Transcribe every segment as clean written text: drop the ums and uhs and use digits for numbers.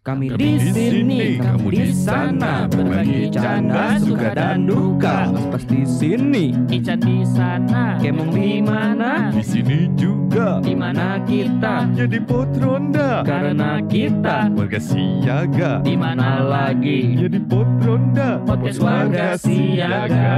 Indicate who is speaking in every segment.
Speaker 1: Kami di sini, kamu di sana, berbagi canda, suka dan duka. Pas di sini,
Speaker 2: Ican di sana,
Speaker 1: Kemong di mana?
Speaker 3: Di sini juga
Speaker 1: Di mana kita?
Speaker 3: jadi pot ronda.
Speaker 1: Karena kita
Speaker 3: Warga siaga
Speaker 1: di mana lagi?
Speaker 3: jadi pot ronda.
Speaker 1: Podcast warga siaga.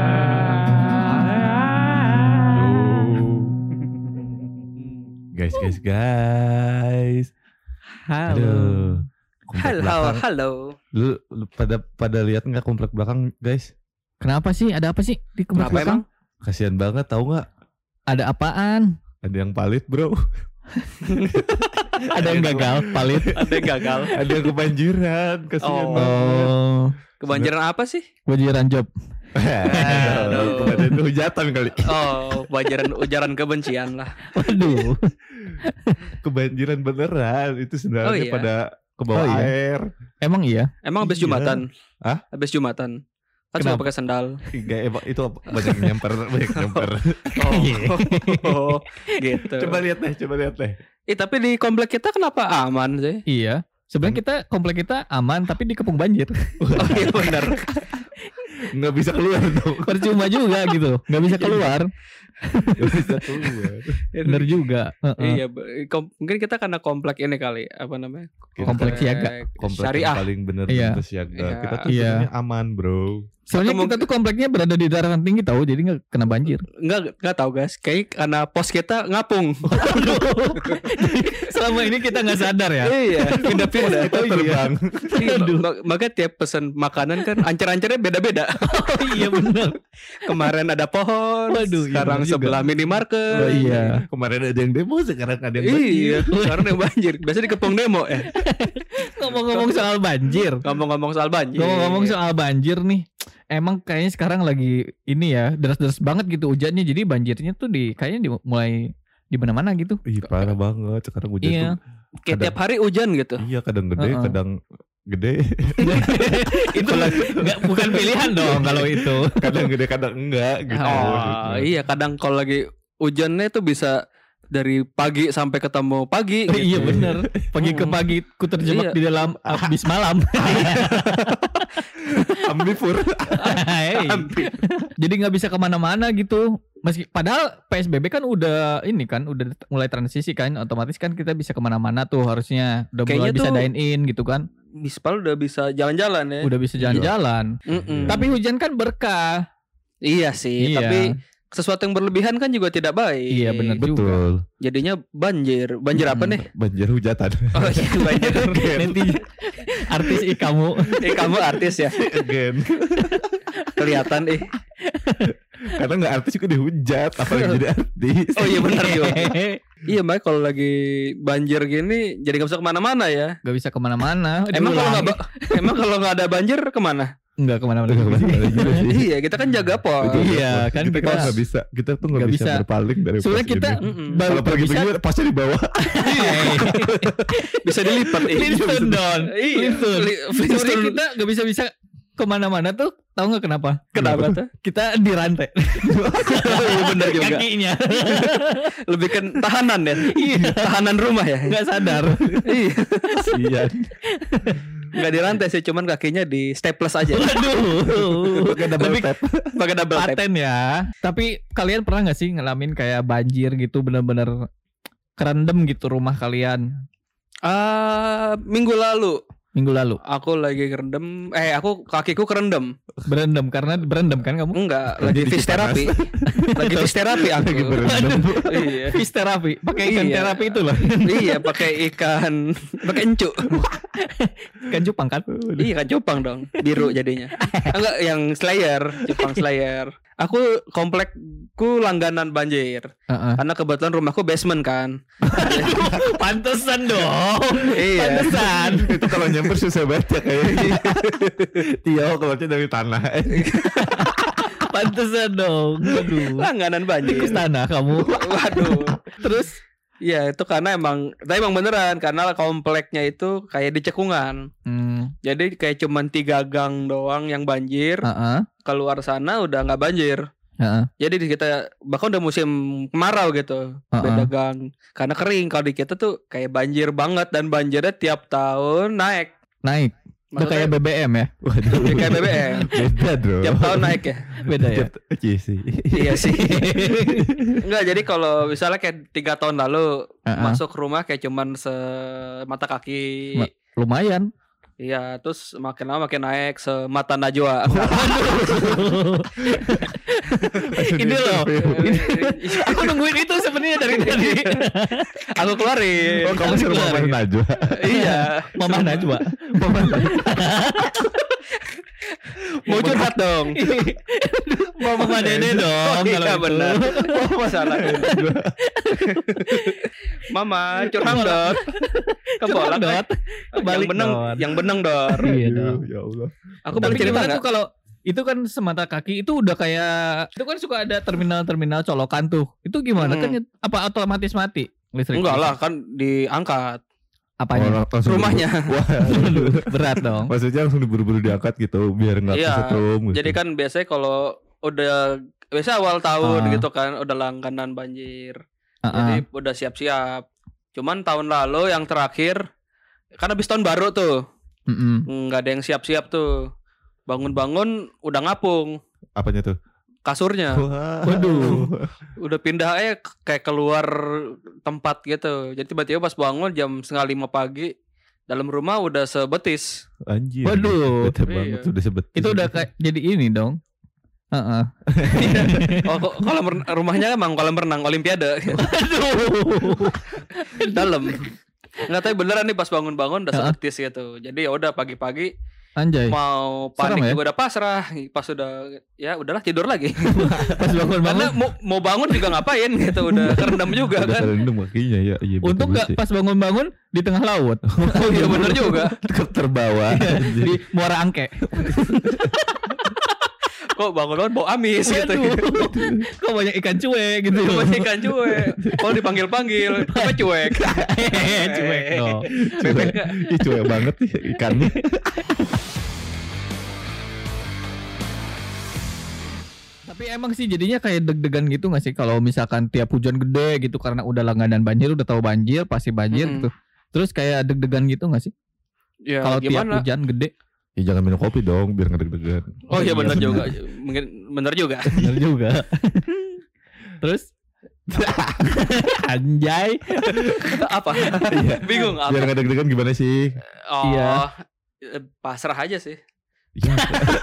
Speaker 3: Guys. Aduh. Komplek belakang.
Speaker 1: Halo.
Speaker 3: Lu pada lihat nggak komplek belakang, guys?
Speaker 2: Kenapa sih? Ada apa sih di komplek
Speaker 1: Kenapa
Speaker 2: belakang?
Speaker 1: emang?
Speaker 3: Kasihan banget, tahu nggak?
Speaker 2: Ada apaan?
Speaker 3: Ada yang palit, bro.
Speaker 2: Ada yang gagal, palit.
Speaker 1: Ada yang gagal.
Speaker 3: Ada yang kebanjiran. Kasihan
Speaker 1: Oh.
Speaker 3: banget.
Speaker 2: Oh,
Speaker 1: Kebanjiran apa sih?
Speaker 2: kebanjiran job.
Speaker 3: Kemarin itu hujatan kali.
Speaker 1: Oh, ujaran kebencian lah.
Speaker 2: Waduh.
Speaker 3: Kebanjiran beneran. Itu sebenarnya
Speaker 1: Oh, iya.
Speaker 3: pada ke bawah
Speaker 2: Oh, iya.
Speaker 3: air.
Speaker 2: Emang iya?
Speaker 1: Emang habis
Speaker 3: Iya.
Speaker 1: Jumatan?
Speaker 3: Hah?
Speaker 1: Habis Jumatan. Kan cuma
Speaker 2: Kenapa?
Speaker 1: pakai sandal.
Speaker 3: Enggak, emang itu banyak yang nyamper.
Speaker 1: Oh, gitu.
Speaker 3: Coba lihat deh.
Speaker 1: Tapi di komplek kita kenapa aman sih?
Speaker 2: Iya. Sebenarnya komplek kita aman tapi dikepung banjir.
Speaker 1: Oh iya benar.
Speaker 3: Nggak bisa keluar dong.
Speaker 2: Percuma juga gitu. Nggak bisa keluar.
Speaker 3: Nggak bisa keluar.
Speaker 2: Bener juga.
Speaker 1: Iya, mungkin kita karena komplek ini kali, apa namanya?
Speaker 2: Komplek siaga.
Speaker 3: Komplek
Speaker 1: syariah.
Speaker 3: yang paling bener
Speaker 2: Iya.
Speaker 3: siaga.
Speaker 1: Iya.
Speaker 3: Kita tuh
Speaker 2: Iya.
Speaker 3: sebenarnya aman, bro.
Speaker 2: Soalnya
Speaker 1: Atau
Speaker 2: kita tuh kompleknya berada di dataran tinggi tahu, jadi nggak kena banjir.
Speaker 1: Enggak tahu guys. Kayak karena pos kita ngapung.
Speaker 2: Selama ini kita nggak sadar ya.
Speaker 1: Iya, pindah-pindah.
Speaker 3: Kita terbang.
Speaker 1: Iya, makanya tiap pesan makanan kan ancer-ancernya beda-beda.
Speaker 2: Oh iya benar.
Speaker 1: Kemarin ada pohon,
Speaker 2: Waduh, iya
Speaker 1: sekarang
Speaker 2: bener juga.
Speaker 1: sebelah minimarket.
Speaker 2: Oh iya.
Speaker 3: Kemarin ada yang demo, sekarang ada yang banjir.
Speaker 1: Iya, sekarang yang banjir. Biasanya dikepung demo ya.
Speaker 2: Ngomong-ngomong soal banjir.
Speaker 1: Ngomong-ngomong soal banjir.
Speaker 2: Ngomong-ngomong soal banjir nih. Emang kayaknya sekarang lagi ini ya, deras-deras banget gitu hujannya. Jadi banjirnya tuh kayaknya mulai di mana-mana gitu.
Speaker 3: Ih, parah banget sekarang hujan
Speaker 2: Iya.
Speaker 3: tuh.
Speaker 1: Kayak tiap hari hujan gitu.
Speaker 3: Iya, kadang gede, kadang gede.
Speaker 2: Itu bukan pilihan dong kalau itu.
Speaker 3: Kadang gede, kadang enggak gitu.
Speaker 1: Oh, iya, kadang kalau lagi hujannya tuh bisa dari pagi sampai ketemu pagi gitu.
Speaker 2: Iya bener. Pagi ke pagi ku terjebak
Speaker 1: Iya.
Speaker 2: di dalam bis malam.
Speaker 3: Ambivur.
Speaker 2: Hey. Jadi nggak bisa kemana-mana gitu. Padahal PSBB kan udah mulai transisi kan, otomatis kan kita bisa kemana-mana tuh harusnya. Udah mulai
Speaker 1: Kayaknya
Speaker 2: bisa
Speaker 1: tuh
Speaker 2: dine in gitu kan.
Speaker 1: Bispal udah bisa jalan-jalan ya.
Speaker 2: Udah bisa jalan-jalan.
Speaker 1: Mm-mm.
Speaker 2: Tapi hujan kan berkah.
Speaker 1: Iya sih,
Speaker 2: Iya.
Speaker 1: tapi sesuatu yang berlebihan kan juga tidak baik.
Speaker 2: Iya, benar juga.
Speaker 3: Betul.
Speaker 1: Jadinya banjir. Banjir apa nih?
Speaker 3: Banjir hujatan.
Speaker 1: Oh iya, banjir.
Speaker 2: Netizen artis kamu.
Speaker 1: Kamu artis ya?
Speaker 3: Again.
Speaker 1: Kelihatan
Speaker 3: Karena nggak artis juga dihujat, apalagi jadi artis.
Speaker 1: Oh iya benar juga. Iya, Mbak, kalau lagi banjir gini jadi nggak bisa kemana-mana ya.
Speaker 2: Gak bisa kemana-mana.
Speaker 1: Emang kalau nggak ada banjir kemana?
Speaker 2: Enggak kemana-mana.
Speaker 1: Iya, kita kan jaga pos.
Speaker 2: Iya, kan
Speaker 3: kita
Speaker 2: kita
Speaker 3: nggak bisa, kita tuh nggak
Speaker 2: nggak
Speaker 3: bisa
Speaker 2: bisa.
Speaker 3: berpaling dari
Speaker 2: Soalnya
Speaker 3: pos
Speaker 2: kita
Speaker 3: ini.
Speaker 2: baru
Speaker 3: Kalau pergi
Speaker 2: bisa
Speaker 3: begini pasnya di bawah.
Speaker 1: Bisa dilipat.
Speaker 2: Flintstone down.
Speaker 1: Iya.
Speaker 2: Flintstone. Soalnya
Speaker 1: Flintstone.
Speaker 2: kita gak bisa kemana-mana tuh. Tahu gak kenapa?
Speaker 1: Kenapa tuh?
Speaker 2: Kita dirantai.
Speaker 1: Iya benar juga.
Speaker 2: Kakinya.
Speaker 1: Lebih ke tahanan ya.
Speaker 2: Iya.
Speaker 1: Tahanan rumah ya.
Speaker 2: Gak sadar.
Speaker 1: Iya.
Speaker 3: Iya.
Speaker 1: Nggak dirantai sih, cuman kakinya di staples aja.
Speaker 2: Waduh.
Speaker 3: Pakai double tap.
Speaker 1: Pakai double tape.
Speaker 2: Paten ya. Tapi kalian pernah gak sih ngalamin kayak banjir gitu, bener-bener kerendam gitu rumah kalian
Speaker 1: Minggu lalu
Speaker 2: minggu lalu?
Speaker 1: aku lagi kerendam. Kakiku kerendam.
Speaker 2: Berendam karena berendam kan kamu?
Speaker 1: Enggak, lagi fish terapi. Lagi fish terapi aku.
Speaker 3: Lagi berendam.
Speaker 1: Iya.
Speaker 2: Fish terapi, pakai ikan
Speaker 1: Iya.
Speaker 2: terapi itu loh.
Speaker 1: Iya, pakai pakai encu.
Speaker 2: Ikan cupang kan?
Speaker 1: Iya kan cupang dong, biru jadinya. Enggak, yang Slayer, cupang Slayer. Aku komplekku langganan banjir.
Speaker 2: Heeh.
Speaker 1: Karena kebetulan rumahku basement kan.
Speaker 2: Pantesan dong.
Speaker 1: Iya.
Speaker 2: Pantesan.
Speaker 3: Itu kalau nyamper susah banget ya kayaknya. Tio keluarnya dari tanah.
Speaker 2: Pantesan dong. Waduh.
Speaker 1: Langganan banjir.
Speaker 2: Tikus tanah kamu.
Speaker 1: Waduh.
Speaker 2: Terus
Speaker 1: Ya itu karena emang beneran, karena kompleknya itu kayak di cekungan. Jadi kayak cuman 3 gang doang yang banjir.
Speaker 2: heeh.
Speaker 1: Keluar sana udah nggak banjir.
Speaker 2: Heeh.
Speaker 1: Jadi di kita bahkan udah musim kemarau gitu. Beda gang. Karena kering. Kalau di kita tuh kayak banjir banget dan banjirnya tiap tahun naik.
Speaker 2: Udah kayak BBM ya.
Speaker 3: Waduh.
Speaker 1: Udah kayak BBM.
Speaker 3: Beda bro.
Speaker 1: Tiap tahun naik ya.
Speaker 2: Beda ya.
Speaker 3: Iya sih.
Speaker 1: Iya sih. Enggak, jadi kalau misalnya kayak 3 tahun lalu masuk rumah kayak cuman semata kaki.
Speaker 2: Lumayan.
Speaker 1: Iya, terus makin lama makin naik semata najwa.
Speaker 2: Ini loh. Aku nungguin itu sebenarnya dari tadi.
Speaker 1: Aku keluarin.
Speaker 3: Oh kamu suruh Mama Najwa.
Speaker 1: Iya,
Speaker 2: Mama Najwa.
Speaker 1: mau curhat dong.
Speaker 2: Mama Dede dong.
Speaker 1: Oh, iya
Speaker 2: kalau itu.
Speaker 1: benar. Oh, salah. Mama curhat dot. Kebolak
Speaker 2: Dot. Kebalik, Dot.
Speaker 1: Yang beneng dot.
Speaker 2: Iya dong.
Speaker 3: Ya Allah.
Speaker 1: Aku
Speaker 2: Tapi
Speaker 1: boleh cerita
Speaker 2: gimana
Speaker 1: nggak?
Speaker 2: tuh kalau itu kan semata kaki itu udah kayak itu kan suka ada terminal-terminal colokan tuh. Itu gimana kan apa otomatis mati listrik?
Speaker 1: Enggak lah, kan diangkat
Speaker 2: Apanya?
Speaker 1: rumahnya.
Speaker 2: Berat dong.
Speaker 3: Maksudnya langsung diburu-buru diangkat gitu biar nggak
Speaker 1: Iya,
Speaker 3: kesetrum gitu.
Speaker 1: Jadi kan biasanya kalau udah biasa awal tahun
Speaker 2: Ah.
Speaker 1: gitu kan udah langganan banjir. Jadi udah siap-siap. Cuman tahun lalu yang terakhir kan habis tahun baru tuh. Nggak ada yang siap-siap tuh. Bangun-bangun udah ngapung
Speaker 3: Apanya tuh?
Speaker 1: kasurnya.
Speaker 2: Waduh.
Speaker 1: Udah pindah aja kayak keluar tempat gitu. Jadi tiba-tiba pas bangun jam 4:30 pagi dalam rumah udah sebetis.
Speaker 3: Anjir.
Speaker 2: Waduh.
Speaker 3: Bete banget
Speaker 1: Iya.
Speaker 3: udah sebet.
Speaker 2: Itu udah kayak jadi ini dong. Heeh.
Speaker 1: Oh, kolam rumahnya emang kolam renang Olimpiade. Dalam. Nggak tahu beneran nih pas bangun-bangun udah sebetis gitu. Jadi ya udah pagi-pagi
Speaker 2: Anjay.
Speaker 1: mau
Speaker 2: Serem
Speaker 1: panik
Speaker 2: ya?
Speaker 1: juga udah pasrah. Pas udah ya udahlah tidur lagi.
Speaker 2: Pas bangun-bangun.
Speaker 1: Karena mau bangun juga ngapain gitu udah kerendam juga
Speaker 3: Udah
Speaker 1: kan.
Speaker 3: terendam kakinya ya. Iya,
Speaker 2: Untung
Speaker 3: betul
Speaker 2: nggak pas bangun-bangun di tengah laut.
Speaker 1: Oh iya bener juga.
Speaker 3: terbawa.
Speaker 2: Di Muara Angke.
Speaker 1: Kok bangun-bangun bau amis gitu.
Speaker 2: Aduh. Kok banyak ikan cuek gitu.
Speaker 1: Banyak ikan cuek. Kalau dipanggil-panggil apa cuek.
Speaker 2: Cuek dong.
Speaker 1: Bebek nggak?
Speaker 3: Ih cuek banget nih ikannya.
Speaker 2: Tapi emang sih jadinya kayak deg-degan gitu gak sih kalau misalkan tiap hujan gede gitu karena udah langganan banjir, udah tahu banjir, pasti banjir gitu. Terus kayak deg-degan gitu gak sih?
Speaker 1: Ya
Speaker 2: Kalau tiap
Speaker 1: gimana?
Speaker 2: hujan gede.
Speaker 3: Ya jangan minum kopi dong biar nggak deg-degan.
Speaker 1: Oh iya benar
Speaker 2: bener.
Speaker 1: juga. Mungkin benar juga.
Speaker 2: Bener juga. Terus anjay.
Speaker 1: Apa?
Speaker 3: Iya.
Speaker 1: Bingung
Speaker 3: Biar
Speaker 1: apa?
Speaker 3: nggak deg-degan gimana sih?
Speaker 1: Oh,
Speaker 2: Iya.
Speaker 1: pasrah aja sih.
Speaker 3: Ya.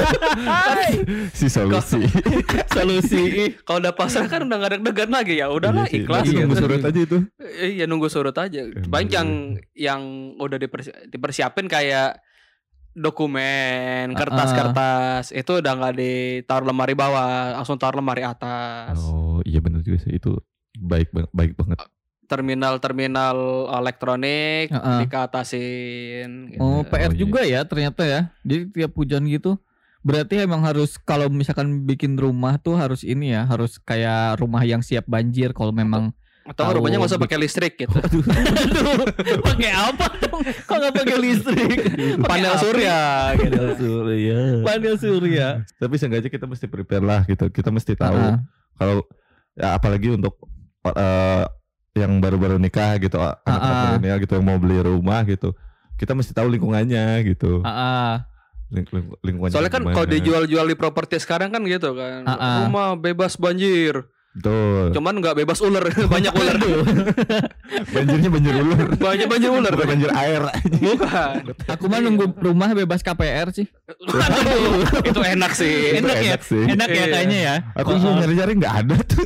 Speaker 3: Si solusi.
Speaker 2: Solusi.
Speaker 1: Kalau udah pasrah kan udah gak deg-degan lagi ya. Udahlah
Speaker 3: Iya sih.
Speaker 1: ikhlas.
Speaker 3: Nanti nunggu
Speaker 2: Iya.
Speaker 3: surat aja itu.
Speaker 1: Iya nunggu surut aja. Banyak yang udah dipersiapin kayak dokumen, kertas-kertas itu udah nggak ditaruh lemari bawah, langsung taruh lemari atas.
Speaker 3: Oh iya benar juga sih itu baik banget.
Speaker 1: Terminal elektronik dikatasin. Gitu.
Speaker 2: Oh, PR
Speaker 3: Oh, iya.
Speaker 2: juga ya ternyata ya. Jadi tiap hujan gitu berarti emang harus kalau misalkan bikin rumah tuh harus ini ya, harus kayak rumah yang siap banjir kalau memang
Speaker 1: Atau rumahnya nggak usah pakai listrik gitu.
Speaker 2: aduh, pakai apa dong? Kok nggak pakai listrik?
Speaker 1: Panel surya gitu.
Speaker 3: Surya.
Speaker 2: Panel surya.
Speaker 3: Tapi seenggaknya kita mesti prepare lah gitu. Kita mesti tahu kalau ya apalagi untuk yang baru-baru nikah gitu, anak-anak milenial gitu yang mau beli rumah gitu. Kita mesti tahu lingkungannya gitu. Lingkungannya.
Speaker 1: Soalnya kan
Speaker 3: gimana.
Speaker 1: kalau dijual-jual di properti sekarang kan gitu kan. Rumah bebas banjir.
Speaker 3: Betul.
Speaker 1: Cuman nggak bebas ular, banyak ular.
Speaker 3: Banjirnya banjir ular.
Speaker 1: Banyak ular.
Speaker 3: Bukan banjir air.
Speaker 1: Bukan.
Speaker 2: Aku mah nunggu rumah bebas KPR sih.
Speaker 1: Waduh, itu enak sih.
Speaker 2: Enak ya?
Speaker 3: enak sih.
Speaker 2: Enak ya
Speaker 1: Iya.
Speaker 2: kayaknya ya.
Speaker 3: Aku nyari-nyari nggak ada tuh.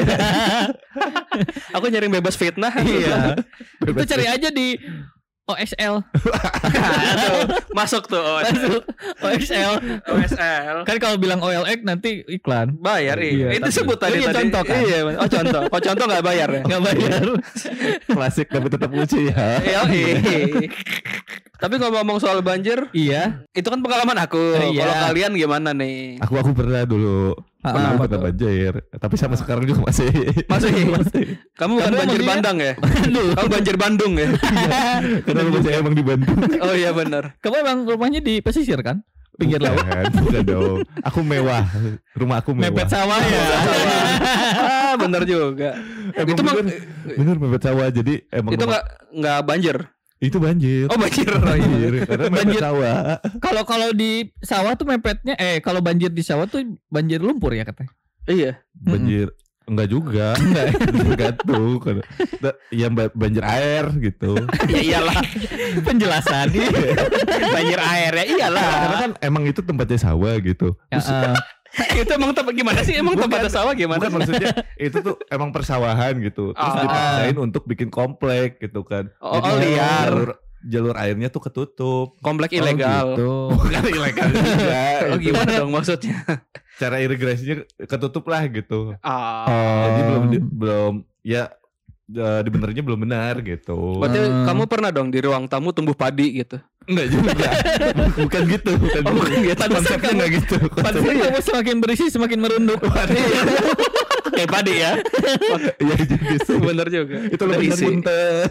Speaker 1: Aku nyari bebas fitnah.
Speaker 2: Iya. Itu cari aja di OSL.
Speaker 1: Aduh, masuk tuh
Speaker 2: Masuk OSL.
Speaker 1: OSL.
Speaker 2: Kan kalau bilang OLX nanti iklan.
Speaker 1: Bayar iya.
Speaker 2: Iya,
Speaker 1: Itu
Speaker 2: tapi-
Speaker 1: sebut tadi.
Speaker 2: Iya, contoh kan?
Speaker 1: Iya. Oh contoh. Oh contoh nggak bayar ya?
Speaker 2: Nggak bayar.
Speaker 3: Klasik tapi tetap lucu ya.
Speaker 1: Iya. Tapi ngomong soal banjir,
Speaker 2: Iya.
Speaker 1: itu kan pengalaman aku.
Speaker 2: Iya.
Speaker 1: Kalau kalian gimana nih?
Speaker 3: Aku pernah dulu.
Speaker 1: Kenapa
Speaker 3: Pernah
Speaker 1: tuh?
Speaker 3: banjir. Tapi sampai sekarang juga masih.
Speaker 1: Masih. Kamu bukan
Speaker 2: Kamu
Speaker 1: banjir
Speaker 2: emang
Speaker 1: bandang ya?
Speaker 2: Aduh.
Speaker 1: Kamu banjir Bandung ya?
Speaker 3: Karena rumah saya emang di Bandung.
Speaker 1: Oh iya benar.
Speaker 2: Kamu emang rumahnya di pesisir kan? Pinggir laut.
Speaker 3: Bukan dong. Aku mewah. Rumah aku mewah.
Speaker 2: Mepet sawah ya.
Speaker 1: Bener juga.
Speaker 3: Itu bener mepet sawah. Jadi emang
Speaker 1: itu nggak banjir.
Speaker 3: Itu banjir.
Speaker 1: Oh banjir.
Speaker 3: Karena mepet sawah.
Speaker 2: Kalau di sawah tuh mepetnya kalau banjir di sawah tuh banjir lumpur ya katanya.
Speaker 1: Iya.
Speaker 3: Banjir enggak juga. Tergantung. Ya banjir air gitu.
Speaker 1: Ya iyalah.
Speaker 2: Penjelasan.
Speaker 1: Banjir air ya iyalah.
Speaker 3: Karena kan emang itu tempatnya sawah gitu.
Speaker 1: Itu emang tempat gimana sih? Emang tempatnya sawah gimana?
Speaker 3: Bukan, maksudnya itu tuh emang persawahan gitu. Terus dipaksain untuk bikin komplek gitu kan.
Speaker 1: Jadi liar.
Speaker 3: Jalur airnya tuh ketutup.
Speaker 1: Komplek ilegal.
Speaker 3: Gitu. Bukan ilegal juga.
Speaker 1: Gimana dong maksudnya?
Speaker 3: Cara irigasinya ketutup lah gitu.
Speaker 1: Jadi
Speaker 3: belum ya dibenernya belum benar gitu.
Speaker 1: Berarti kamu pernah dong di ruang tamu tumbuh padi gitu?
Speaker 3: Enggak juga. Bukan gitu. Bukan gitu. Konsepnya enggak gitu.
Speaker 2: Padahal kamu semakin berisi semakin merunduk.
Speaker 1: Kayak padi ya.
Speaker 3: Iya gitu.
Speaker 1: Bener juga.
Speaker 3: Itu lebih punten.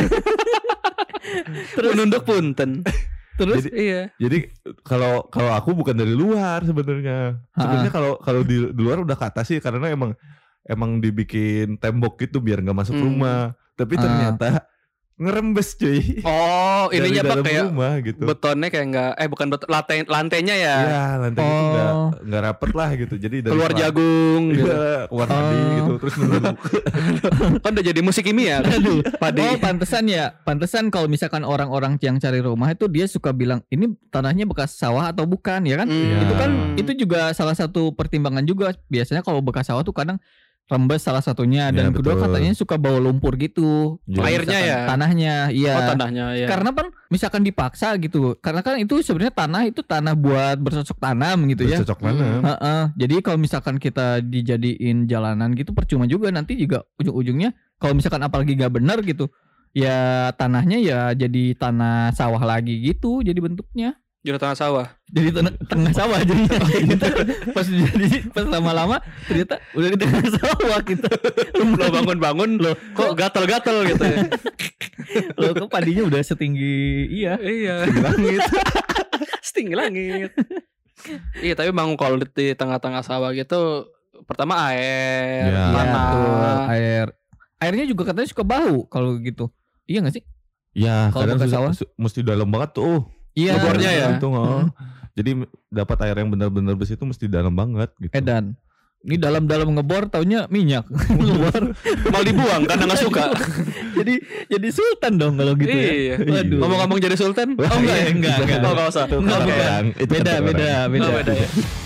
Speaker 1: Terus menunduk punten. Terus
Speaker 3: Jadi kalau aku bukan dari luar sebenarnya. Sebenarnya kalau di luar udah ke atas sih karena emang dibikin tembok gitu biar enggak masuk rumah. Tapi ternyata ngerembes cuy.
Speaker 1: Oh, ininya Pak kayak
Speaker 3: rumah, gitu.
Speaker 1: Betonnya kayak enggak bukan beton, lantainya ya.
Speaker 3: Iya, lantainya itu enggak rapet lah gitu. Jadi dari
Speaker 1: keluar jagung gitu.
Speaker 3: Keluar padi gitu terus nunduk.
Speaker 1: Kan udah jadi musik kimia kan.
Speaker 2: Padi. Oh, pantesan kalau misalkan orang-orang yang cari rumah itu dia suka bilang ini tanahnya bekas sawah atau bukan ya kan? Itu juga salah satu pertimbangan juga. Biasanya kalau bekas sawah tuh kadang rembes salah satunya dan kedua katanya suka bau lumpur gitu.
Speaker 1: Airnya ya.
Speaker 2: Tanahnya, iya.
Speaker 1: Oh, tanahnya ya.
Speaker 2: Karena kan misalkan dipaksa gitu. Karena kan itu sebenarnya tanah buat bercocok tanam gitu ya.
Speaker 3: Bercocok tanam.
Speaker 2: Jadi kalau misalkan kita dijadiin jalanan gitu percuma juga nanti juga ujung-ujungnya kalau misalkan apalagi gak benar gitu. Ya tanahnya ya jadi tanah sawah lagi gitu jadi bentuknya.
Speaker 1: Jadi tanah sawah.
Speaker 2: Jadi tengah sawah jadi pas lama-lama ternyata udah di tengah sawah gitu.
Speaker 1: Lo bangun-bangun lo kok gatel-gatel gitu ya.
Speaker 2: Lo kok padinya udah setinggi
Speaker 1: setinggi langit. Setinggi langit. Iya, tapi emang kalau di tengah-tengah sawah gitu pertama air, tanah,
Speaker 2: airnya juga katanya suka bau kalau gitu. Iya enggak sih?
Speaker 3: Iya, kadang mesti dalam banget tuh.
Speaker 2: Iya,
Speaker 1: ngebornya ya.
Speaker 3: Jadi dapat air yang benar-benar bersih itu mesti dalam banget gitu.
Speaker 2: Edan. Ini dalam-dalam ngebor taunya minyak. Ngebor
Speaker 1: mau dibuang karena enggak suka.
Speaker 2: jadi sultan dong kalau gitu
Speaker 1: ya. Waduh. Ngomong-ngomong jadi sultan?
Speaker 2: Oh enggak.
Speaker 1: Oh enggak usah.
Speaker 2: Beda ya.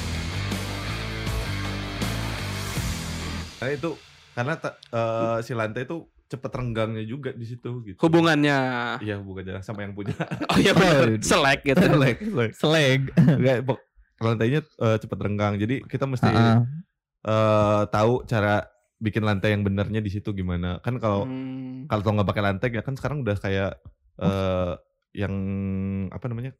Speaker 3: Nah itu karena si lantai itu cepet renggangnya juga di situ gitu.
Speaker 1: Hubungannya.
Speaker 3: Iya, hubungannya sama yang punya.
Speaker 1: Oh iya benar. Selek gitu.
Speaker 2: Selek.
Speaker 3: Enggak, lantainya cepet renggang. Jadi kita mesti tahu cara bikin lantai yang benernya di situ gimana. Kan kalau nggak pakai lantai ya kan sekarang udah kayak yang apa namanya?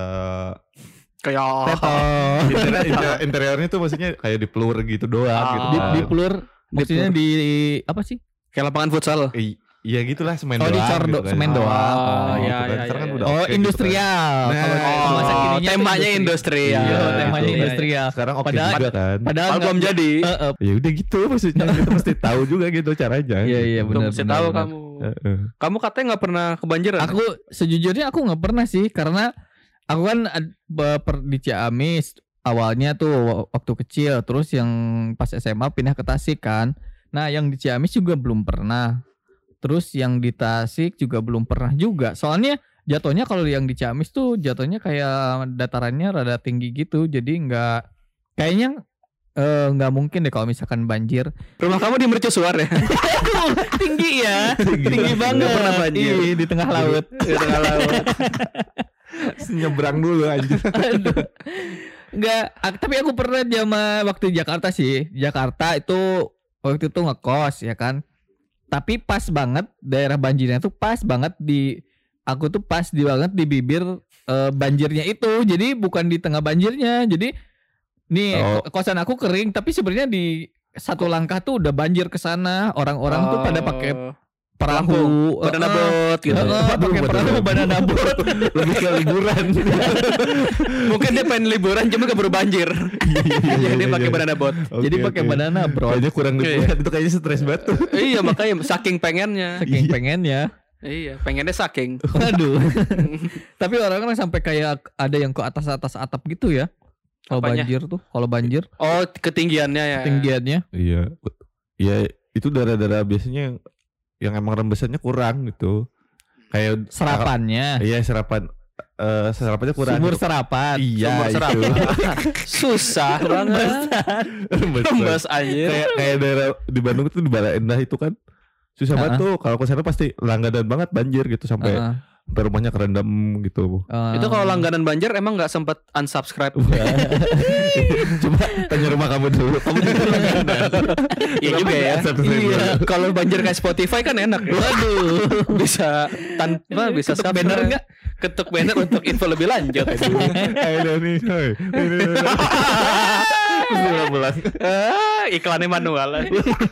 Speaker 3: Kayak interiornya tuh maksudnya kayak di pelur gitu doang gitu.
Speaker 2: Di pelur maksudnya di apa sih?
Speaker 1: Kayak lapangan futsal.
Speaker 3: Iya gitulah semen
Speaker 2: doang. Dicor gitu kan. Semen doang.
Speaker 1: Iya.
Speaker 3: Kan udah
Speaker 2: industrial.
Speaker 1: Kalau temanya industrial.
Speaker 2: Temanya industrial.
Speaker 3: Sekarang oke juga kan.
Speaker 2: Padahal
Speaker 1: belum jadi.
Speaker 3: Ya udah gitu maksudnya kita mesti tahu juga gitu caranya.
Speaker 2: Iya benar.
Speaker 1: Mesti tahu kamu. Kamu katanya nggak pernah kebanjiran.
Speaker 2: Aku sejujurnya aku nggak pernah sih karena aku kan di Ciamis awalnya tuh waktu kecil, terus yang pas SMA pindah ke Tasik kan. Nah yang di Ciamis juga belum pernah. Terus yang di Tasik juga belum pernah juga. Soalnya jatuhnya kalau yang di Ciamis tuh jatuhnya kayak datarannya rada tinggi gitu. Jadi kayaknya nggak mungkin deh kalau misalkan banjir.
Speaker 1: Rumah kamu di Mercusuar ya?
Speaker 2: Tinggi ya. Tinggi banget.
Speaker 1: Pernah banjir.
Speaker 2: Di tengah laut.
Speaker 1: Di tengah laut.
Speaker 3: Nyebrang dulu aja.
Speaker 2: Enggak, tapi aku pernah waktu di Jakarta sih. Jakarta itu waktu itu ngekos ya kan. Tapi pas banget daerah banjirnya tuh pas banget aku tuh pas banget di bibir banjirnya itu. Jadi bukan di tengah banjirnya. Jadi nih kosan aku kering tapi sebenarnya di satu langkah tuh udah banjir ke sana. Orang-orang tuh pada perahu
Speaker 1: banana boat gitu.
Speaker 2: Pakai perahu banana boat.
Speaker 3: Lebih ke liburan.
Speaker 1: Mungkin dia pengen liburan cuma keburu banjir. Jadi dia pakai banana boat.
Speaker 2: Jadi pakai banana bro.
Speaker 3: Kayaknya kurang liburan itu kayaknya stres banget.
Speaker 1: Iya makanya saking pengennya. Iya, pengennya saking.
Speaker 2: Waduh. Tapi orang-orang sampai kayak ada yang ke atas atap gitu ya. Kalau banjir. Oh, ketinggiannya ya. Ketinggiannya.
Speaker 3: Iya. Ya itu darah-darah biasanya yang emang rembesannya kurang gitu. Kayak
Speaker 2: serapannya.
Speaker 3: Iya, serapannya kurang.
Speaker 2: Sumur serapan.
Speaker 3: Iya,
Speaker 1: sumur serapan. Susah banget. Rembes anjir.
Speaker 3: Kayak daerah di Bandung itu di Bala Endah itu kan susah banget tuh. Kalau ke sana pasti langganan banget banjir gitu sampai rumahnya kerendam gitu.
Speaker 1: Itu kalau langganan banjir emang nggak sempet unsubscribe?
Speaker 3: Coba tanya rumah kamu dulu. Kamu juga langganan.
Speaker 1: Iya juga ya. Iya. Kalau banjir kayak Spotify kan enak. Waduh. Bisa tanpa bisa
Speaker 2: ketuk banner nggak?
Speaker 1: Ketuk banner untuk info lebih lanjut.
Speaker 3: Ayo nih.
Speaker 1: Iklannya manual.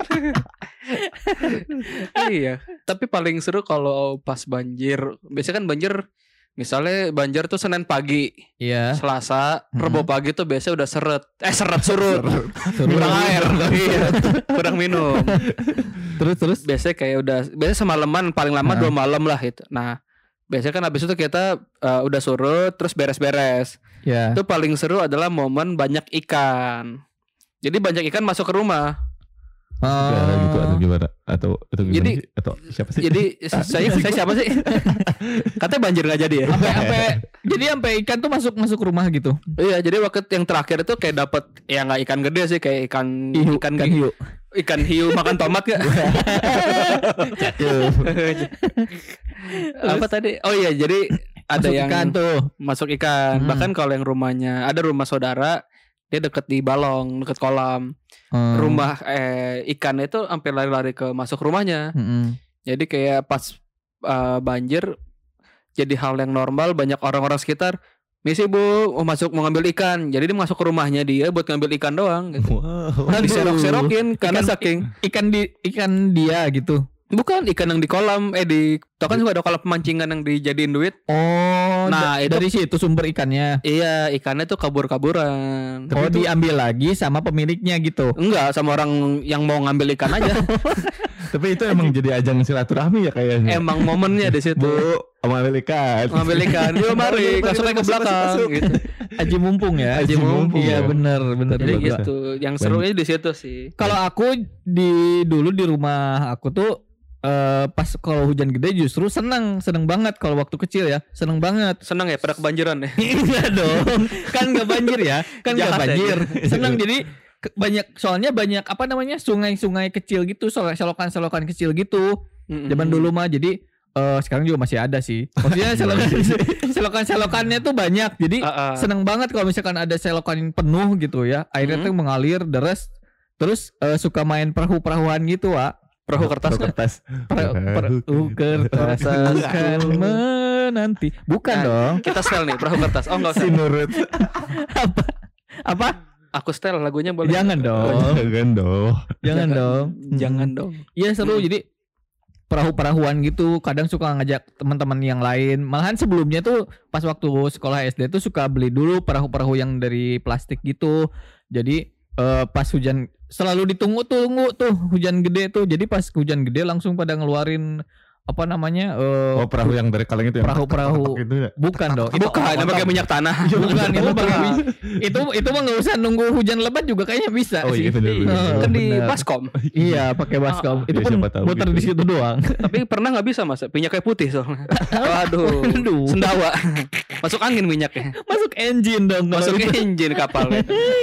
Speaker 1: Iya. Tapi paling seru kalau pas banjir. Biasanya kan banjir, misalnya banjir tuh Senin pagi, Selasa, Rebo pagi tuh biasanya udah surut. Kurang air, kurang minum. Terus biasanya kayak biasanya semalaman paling lama 2 malam lah itu. Nah, biasanya kan habis itu kita udah surut terus beres-beres. Itu paling seru adalah momen banyak ikan. Jadi banyak ikan masuk ke rumah.
Speaker 3: Gitu atau gimana? Atau gimana?
Speaker 1: Jadi
Speaker 3: sih? Atau siapa sih?
Speaker 1: Jadi saya siapa sih? Katanya banjir nggak jadi ya?
Speaker 2: Sampai ikan tuh masuk rumah gitu.
Speaker 1: Iya, jadi waktu yang terakhir itu kayak dapat ya nggak ikan gede sih, kayak ikan hiu makan tomat gak? Apa tadi? Oh iya, jadi ada
Speaker 2: masuk
Speaker 1: yang
Speaker 2: ikan tuh.
Speaker 1: Masuk ikan. Bahkan kalau yang rumahnya ada rumah saudara, dia deket di balong, deket kolam. Rumah ikan itu sampai lari-lari ke masuk rumahnya. Jadi kayak pas banjir jadi hal yang normal, banyak orang-orang sekitar, "Misi Bu, mau ngambil ikan." Jadi dia masuk ke rumahnya dia buat ngambil ikan doang gitu.
Speaker 3: Wow.
Speaker 1: Diserok-serokin karena saking
Speaker 2: ikan dia gitu.
Speaker 1: Bukan ikan yang di kolam, tau kan juga ada kolam pemancingan yang dijadiin duit.
Speaker 2: Oh, nah itu dari situ sumber ikannya.
Speaker 1: Iya, ikannya tuh kabur-kaburan.
Speaker 2: Oh, diambil lagi sama pemiliknya gitu?
Speaker 1: Enggak, sama orang yang mau ngambil ikan aja.
Speaker 3: Tapi itu emang jadi ajang silaturahmi ya kayaknya.
Speaker 1: Emang momennya di situ.
Speaker 3: Bu, ngambil ikan.
Speaker 1: Yuk mari, masuk ke belakang gitu.
Speaker 2: Aji mumpung ya.
Speaker 3: Aji mumpung.
Speaker 2: Iya, benar.
Speaker 1: Jadi gitu. Yang serunya di situ sih.
Speaker 2: Kalau aku dulu di rumah aku tuh pas kalau hujan gede justru seneng banget kalau waktu kecil ya, seneng banget.
Speaker 1: Seneng ya pada kebanjiran ya?
Speaker 2: Iya dong, kan nggak banjir ya, kan nggak banjir. Seneng jadi soalnya banyak apa namanya sungai-sungai kecil gitu, selokan-selokan kecil gitu. Zaman dulu mah jadi sekarang juga masih ada sih. Maksudnya selokan-selokannya tuh banyak. Jadi seneng banget kalau misalkan ada selokan penuh gitu ya, airnya tuh mengalir deras. Terus suka main perahu-perahuan gitu, Wak.
Speaker 1: Perahu kertas.
Speaker 2: Perahu kertas akan menanti. Bukan dong.
Speaker 1: Kita setel nih perahu kertas. Oh enggak usah.
Speaker 3: Sinurut.
Speaker 2: Apa?
Speaker 1: Aku setel lagunya boleh.
Speaker 2: Jangan dong.
Speaker 1: Jangan dong.
Speaker 2: Iya seru. Jadi perahu-perahuan gitu. Kadang suka ngajak teman-teman yang lain. Malahan sebelumnya tuh pas waktu sekolah SD tuh suka beli dulu perahu-perahu yang dari plastik gitu. Jadi pas hujan selalu ditunggu-tunggu tuh hujan gede tuh. Jadi pas hujan gede langsung pada ngeluarin apa namanya
Speaker 3: perahu yang dari kaleng itu ya.
Speaker 2: Perahu
Speaker 3: gitu ya?
Speaker 2: Bukan dong.
Speaker 1: Itu pakai minyak tanah.
Speaker 2: Bukan itu mah enggak usah nunggu hujan lebat juga kayaknya bisa sih.
Speaker 3: Iya benar.
Speaker 1: Kan di baskom.
Speaker 2: Iya, pakai baskom. Itu pun muter di situ doang.
Speaker 1: Tapi pernah enggak bisa Mas? Minyak kayak putih soalnya. Waduh. Sendawa. Masuk angin minyaknya.
Speaker 2: Masuk engine dong.
Speaker 1: Masuk engine kapalnya.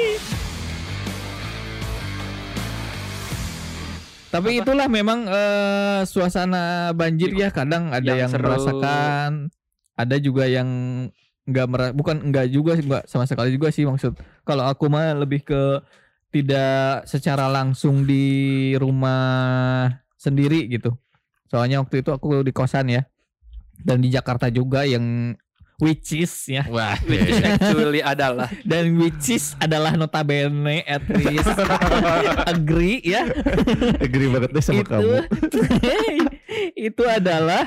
Speaker 2: Tapi itulah memang suasana banjir ya, kadang ada yang merasakan, ada juga yang enggak sama sekali juga sih. Maksud kalau aku mah lebih ke tidak secara langsung di rumah sendiri gitu. Soalnya waktu itu aku di kosan ya. Dan di Jakarta juga yang which is ya.
Speaker 3: Wah,
Speaker 1: which is actually adalah.
Speaker 2: Dan which is adalah notabene at least agree ya.
Speaker 3: Agree banget deh sama kamu.
Speaker 2: itu adalah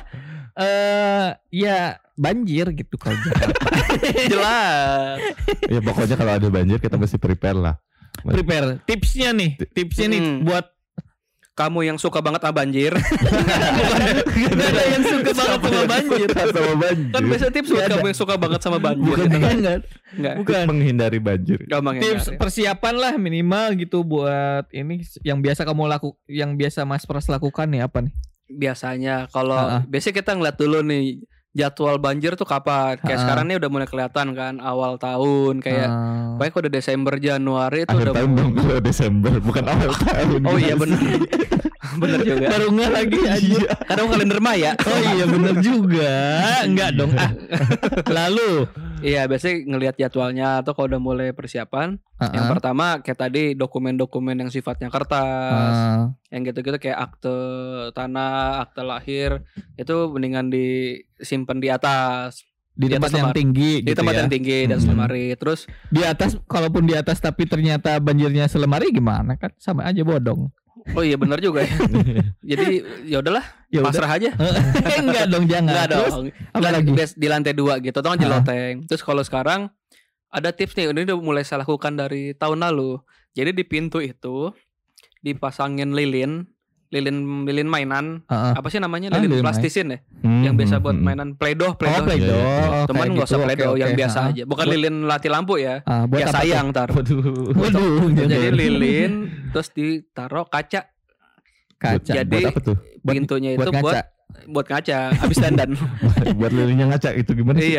Speaker 2: ya banjir gitu kalau Jakarta.
Speaker 1: Jelas.
Speaker 3: Ya pokoknya kalau ada banjir kita mesti prepare lah.
Speaker 2: Prepare. Tipsnya nih buat
Speaker 1: kamu yang suka banget sama banjir.
Speaker 2: Bukan ada yang suka banget sama banjir.
Speaker 1: Kan biasa tips buat kamu yang suka banget sama banjir.
Speaker 2: Bukan.
Speaker 3: Menghindari banjir.
Speaker 2: Tips persiapan lah minimal gitu buat ini yang biasa yang biasa Mas Pras lakukan nih apa nih?
Speaker 1: Biasanya kalau biasanya kita ngeliat dulu nih jadwal banjir tuh kapan. Kayak sekarang nih udah mulai kelihatan kan awal tahun kayak pokoknya kalau udah Desember Januari itu
Speaker 3: akhir
Speaker 1: udah
Speaker 3: tahun dong kalau Desember bukan awal tahun.
Speaker 1: Oh iya benar. Bener juga.
Speaker 2: Baru nggak lagi aja.
Speaker 1: Karena kalender Maya.
Speaker 2: Oh iya bener juga. Enggak dong. Lalu
Speaker 1: iya biasanya ngelihat jadwalnya atau kalau udah mulai persiapan. Yang pertama kayak tadi dokumen-dokumen yang sifatnya kertas. Yang gitu-gitu kayak akte tanah, akte lahir itu mendingan disimpan di atas.
Speaker 2: Di tempat yang tinggi
Speaker 1: di tempat yang tinggi dan selemari. Terus
Speaker 2: di atas, kalaupun di atas tapi ternyata banjirnya selemari gimana kan sama aja bodong.
Speaker 1: Oh iya benar juga ya. Jadi ya udahlah, pasrah aja.
Speaker 2: Enggak dong, jangan.
Speaker 1: Enggak dong.
Speaker 2: Apalagi
Speaker 1: di lantai 2 gitu, atau di loteng. Terus kalau sekarang ada tips nih, ini udah mulai saya lakukan dari tahun lalu. Jadi di pintu itu dipasangin lilin mainan. Apa sih namanya? Lilin plastisin ya. Yang biasa buat mainan Play-Doh. Teman enggak usah Play-Doh yang biasa aja. Bukan lilin latih lampu ya. Ya sayang ntar.
Speaker 2: Waduh.
Speaker 1: Jadi lilin terus ditaruh kaca. Jadi pintunya itu buat ngaca habis dandan.
Speaker 3: Buat lilinnya ngaca itu gimana sih?
Speaker 1: Iya.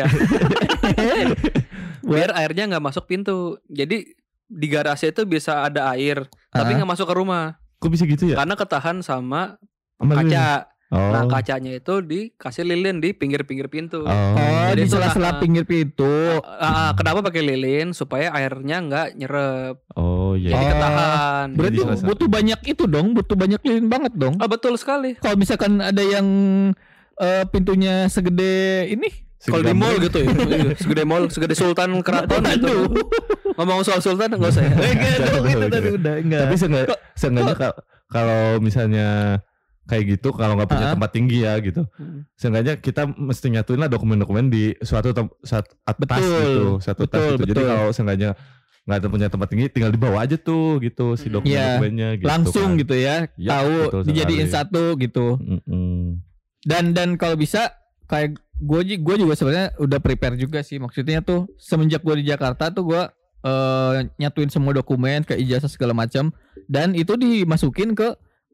Speaker 1: Biar airnya enggak masuk pintu. Jadi di garasi itu bisa ada air tapi enggak masuk ke rumah.
Speaker 3: Kok bisa gitu ya?
Speaker 1: Karena ketahan sama kaca. Nah kacanya itu dikasih lilin di pinggir-pinggir pintu.
Speaker 2: Jadi di sela-sela pinggir pintu.
Speaker 1: Kenapa pakai lilin? Supaya airnya nggak nyerep.
Speaker 3: Oh iya.
Speaker 1: Jadi ketahan.
Speaker 2: Berarti butuh banyak itu dong. Butuh banyak lilin banget dong.
Speaker 1: Betul sekali.
Speaker 2: Kalau misalkan ada yang pintunya segede ini.
Speaker 1: Kalau di mall gitu ya. Segede mall, segede Sultan Keraton gitu. Ngomong soal Sultan enggak usah ya.
Speaker 3: Tapi seenggaknya kalau misalnya kayak gitu, kalau nggak punya tempat tinggi ya gitu, seenggaknya kita mesti nyatuin lah dokumen-dokumen di suatu atas gitu, satu tas gitu. Jadi kalau seenggaknya nggak punya tempat tinggi, tinggal dibawa aja tuh gitu si dokumen-dokumennya. Gitu,
Speaker 2: langsung
Speaker 3: kan.
Speaker 2: Gitu ya, tahu dijadiin satu gitu. Dan kalau bisa kayak gue juga sebenarnya udah prepare juga sih, maksudnya tuh semenjak gue di Jakarta tuh gue nyatuin semua dokumen ke ijazah segala macam dan itu dimasukin ke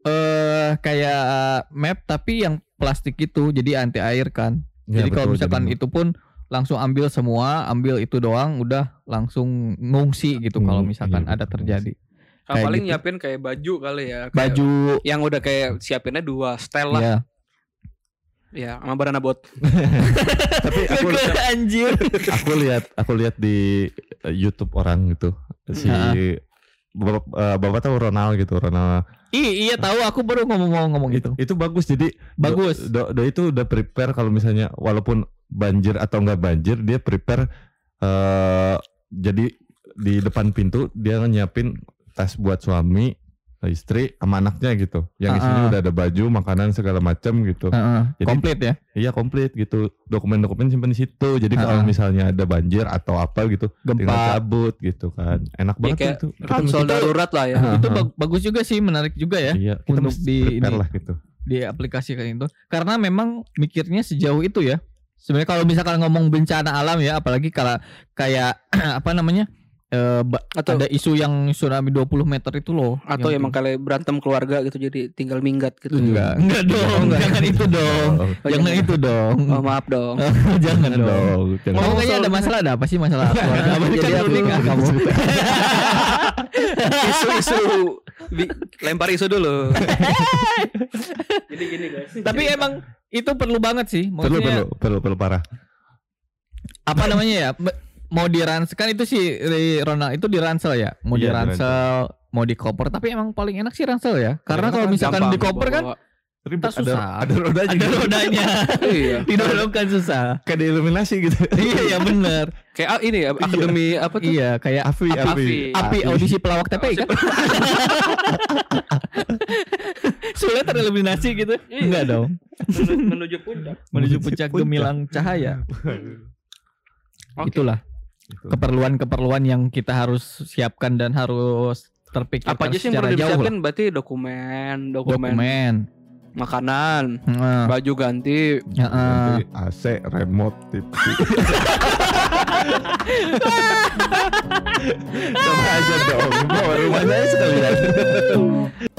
Speaker 2: kayak map tapi yang plastik itu jadi anti air kan. Ya, jadi kalau misalkan itu pun langsung ambil itu doang udah langsung ngungsi gitu kalau misalkan ada terjadi.
Speaker 1: Paling
Speaker 2: gitu.
Speaker 1: nyiapin kayak baju kali ya. Kayak
Speaker 2: baju
Speaker 1: yang udah kayak siapinnya 2 setel lah.
Speaker 2: Yeah.
Speaker 1: Ya, sama Barana Bot.
Speaker 3: Tapi aku lihat di YouTube orang gitu. Si Bapak tahu Ronald gitu, Ronald.
Speaker 2: Iya tahu, aku baru ngomong gitu.
Speaker 3: Itu bagus, jadi
Speaker 2: bagus.
Speaker 3: Do itu udah prepare kalau misalnya walaupun banjir atau enggak banjir, dia prepare jadi di depan pintu dia nyiapin tas buat suami, istri sama anaknya gitu. Yang isinya udah ada baju, makanan segala macam gitu. Jadi,
Speaker 2: komplit ya?
Speaker 3: Iya komplit gitu. Dokumen-dokumen simpen di situ. Jadi kalau misalnya ada banjir atau apa gitu, tinggal cabut gitu kan. Enak banget itu.
Speaker 1: Ransel darurat lah ya.
Speaker 2: Itu bagus juga sih, menarik juga ya.
Speaker 3: Iya, kita
Speaker 2: untuk di
Speaker 3: lah gitu.
Speaker 2: Diaplikasikan itu. Karena memang mikirnya sejauh itu ya. Sebenarnya kalau misalkan ngomong bencana alam ya, apalagi kalau kayak apa namanya? Atau ada isu yang tsunami 20 meter itu loh.
Speaker 1: Atau emang kalian berantem keluarga gitu jadi tinggal minggat gitu.
Speaker 2: Enggak dong. Jangan itu dong. Jangan itu dong.
Speaker 1: Maaf dong.
Speaker 2: Jangan dong. Kayaknya ada masalah, ada apa sih masalah keluarga? Jadi aku nikah kamu.
Speaker 1: Isu lempar isu dulu. Jadi gini guys.
Speaker 2: Tapi emang itu perlu banget sih.
Speaker 3: Perlu parah.
Speaker 2: Apa namanya ya? Mau di ransel kan itu sih Ronald itu di ransel ya, mau di ransel, mau di koper, tapi emang paling enak sih ransel ya, karena kalau misalkan di koper kan susah,
Speaker 3: ada rodanya,
Speaker 2: iya, didorong kan susah,
Speaker 3: kayak diiluminasi gitu.
Speaker 2: Iya benar,
Speaker 1: kayak ini ya akademi apa tuh?
Speaker 2: Iya kayak api audisi pelawak TPI kan. Sulit tereliminasi gitu. Enggak dong.
Speaker 1: Menuju puncak.
Speaker 2: Menuju puncak gemilang cahaya. Itulah keperluan-keperluan yang kita harus siapkan dan harus terpikirkan
Speaker 1: apa aja sih yang perlu disiapin? Berarti dokumen, makanan, baju ganti,
Speaker 3: AC, remote, TV. Sama aja dong. Rumah saya sekalian.